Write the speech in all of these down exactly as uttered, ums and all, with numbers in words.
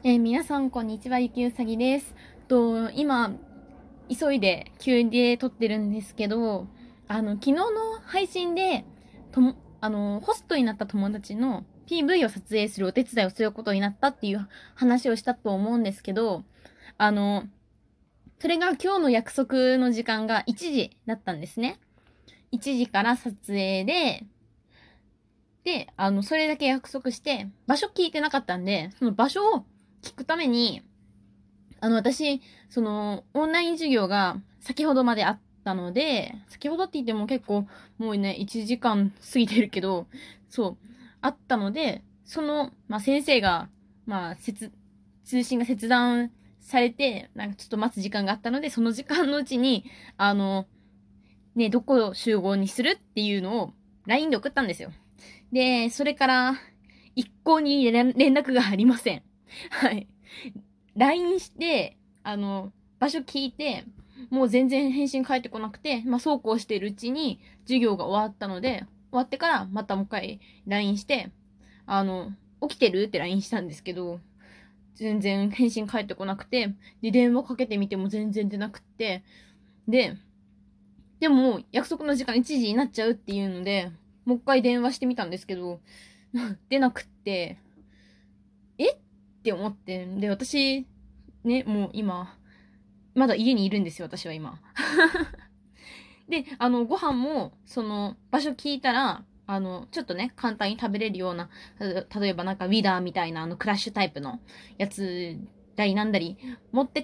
えー皆さん、こんにちは。ゆきうさぎです。と、今、急いで、急で撮ってるんですけど、あの、昨日の配信で、とも、あの、ホストになった友達の ピーブイ を撮影するお手伝いをすることになったっていう話をしたと思うんですけど、あの、それが今日の約束の時間がいちじだったんですね。いちじから撮影で、で、あの、それだけ約束して、場所聞いてなかったんで、その場所を聞くために、あの、私、その、オンライン授業が先ほどまであったので、先ほどって言っても結構、もうね、いちじかん過ぎてるけど、そう、あったので、その、まあ、先生が、まあ、接、通信が切断されて、なんかちょっと待つ時間があったので、その時間のうちに、あの、ね、どこを集合にするっていうのを ライン で送ったんですよ。で、それから、一向に連連絡がありません。はい。ライン して、あの、場所聞いて、もう全然返信返ってこなくて、まあ、そうこうしているうちに、授業が終わったので、終わってからまたもう一回 ライン して、あの、起きてるって ライン したんですけど、全然返信返ってこなくて、で、電話かけてみても全然出なくて、で、でも、約束の時間いちじになっちゃうっていうので、もう一回電話してみたんですけど、出なくって、えって思って、で、私、ね、もう今、まだ家にいるんですよ、私は今。で、あの、ご飯も、その、場所聞いたら、あの、ちょっとね、簡単に食べれるような、例えばなんかウィダーみたいな、あの、クラッシュタイプのやつだりなんだり持ってって、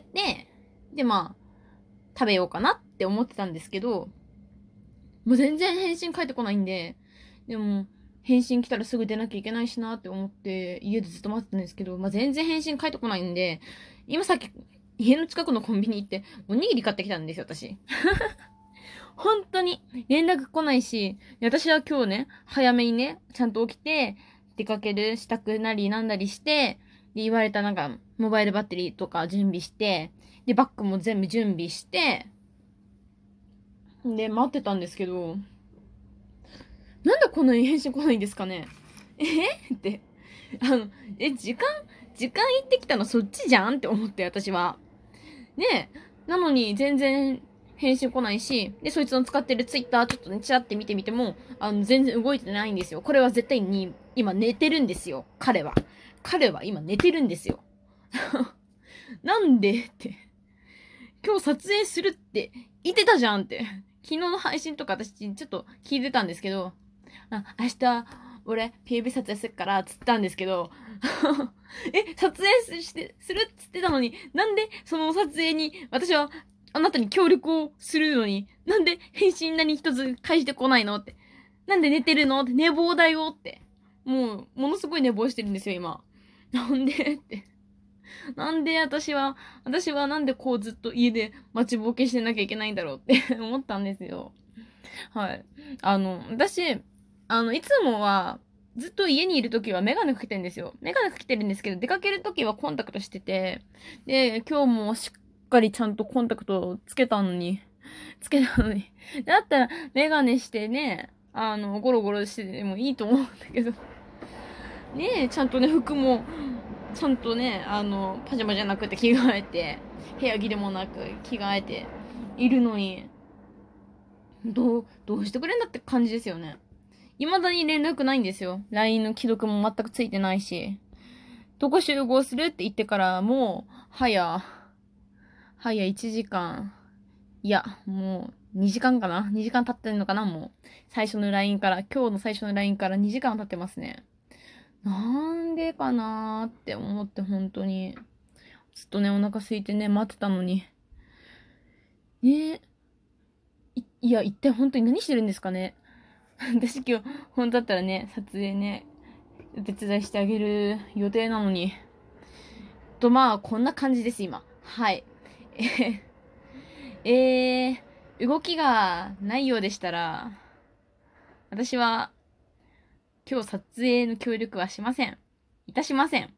で、まあ、食べようかなって思ってたんですけど、もう全然返信返ってこないんで、でも、返信来たらすぐ出なきゃいけないしなって思って、家でずっと待ってたんですけど、まあ、全然返信返ってこないんで、今さっき、家の近くのコンビニ行って、おにぎり買ってきたんですよ、私。本当に連絡来ないし、私は今日ね、早めにね、ちゃんと起きて、出かける支度なりなんなりして、で、言われたなんか、モバイルバッテリーとか準備して、で、バッグも全部準備して、で、待ってたんですけど、なんでこんなに返信来ないんですかね。えって。あの、え、時間、時間行ってきたのそっちじゃんって思って、私は。ねえ。なのに、全然返信来ないし、で、そいつの使ってるツイッターちょっとね、チラって見てみても、あの、全然動いてないんですよ。これは絶対に、今寝てるんですよ。彼は。彼は今寝てるんですよ。なんでって。今日撮影するって言ってたじゃんって。昨日の配信とか私ちょっと聞いてたんですけど、あ、明日、俺、ピーブイ 撮影するから、つったんですけど、え、撮影して、するっつってたのに、なんで、その撮影に、私は、あなたに協力をするのに、なんで返信何一つ返してこないのって。なんで寝てるのって、寝坊だよって。もう、ものすごい寝坊してるんですよ、今。なんでって。なんで私は、私はなんでこうずっと家で待ちぼうけしてなきゃいけないんだろうって思ったんですよ。はい。あの、私、あの、いつもは、ずっと家にいるときはメガネかけてるんですよ。メガネかけてるんですけど、出かけるときはコンタクトしてて、で、今日もしっかりちゃんとコンタクトをつけたのに、つけたのに。だったら、メガネしてね、あの、ゴロゴロしてもいいと思うんだけど、ねえ、ちゃんとね、服も、ちゃんとね、あの、パジャマじゃなくて着替えて、部屋着でもなく着替えているのに、どう、どうしてくれんだって感じですよね。未だに連絡ないんですよ。ライン の既読も全くついてないし。どこ集合するって言ってからもう、早、早いちじかん。いや、もうにじかんかな ?に 時間経ってんのかなもう。最初の ライン から、今日の最初の ライン からにじかん経ってますね。なんでかなーって思って本当に。ずっとね、お腹空いてね、待ってたのに。ねい、いや、一体本当に何してるんですかね。私今日、本当だったらね、撮影ね、お手伝いしてあげる予定なのに。と、まあ、こんな感じです、今。はい。えー、えー、動きがないようでしたら、私は今日撮影の協力はしません。いたしません。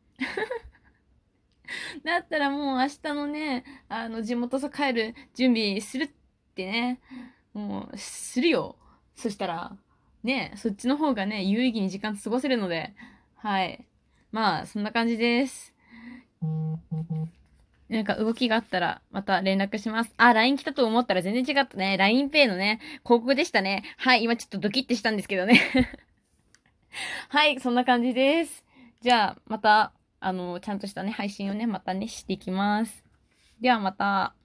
だったらもう明日のね、あの、地元さ帰る準備するってね、もう、するよ。そしたら、ね、そっちの方がね、有意義に時間過ごせるので、はい。まあ、そんな感じです。 なんか動きがあったらまた連絡します。あ、ライン 来たと思ったら全然違ったね。ライン ペイのね、広告でしたね。はい、今ちょっとドキッてしたんですけどね。はい、そんな感じです。じゃあ、また、あの、ちゃんとしたね、配信をね、またね、していきます。ではまた。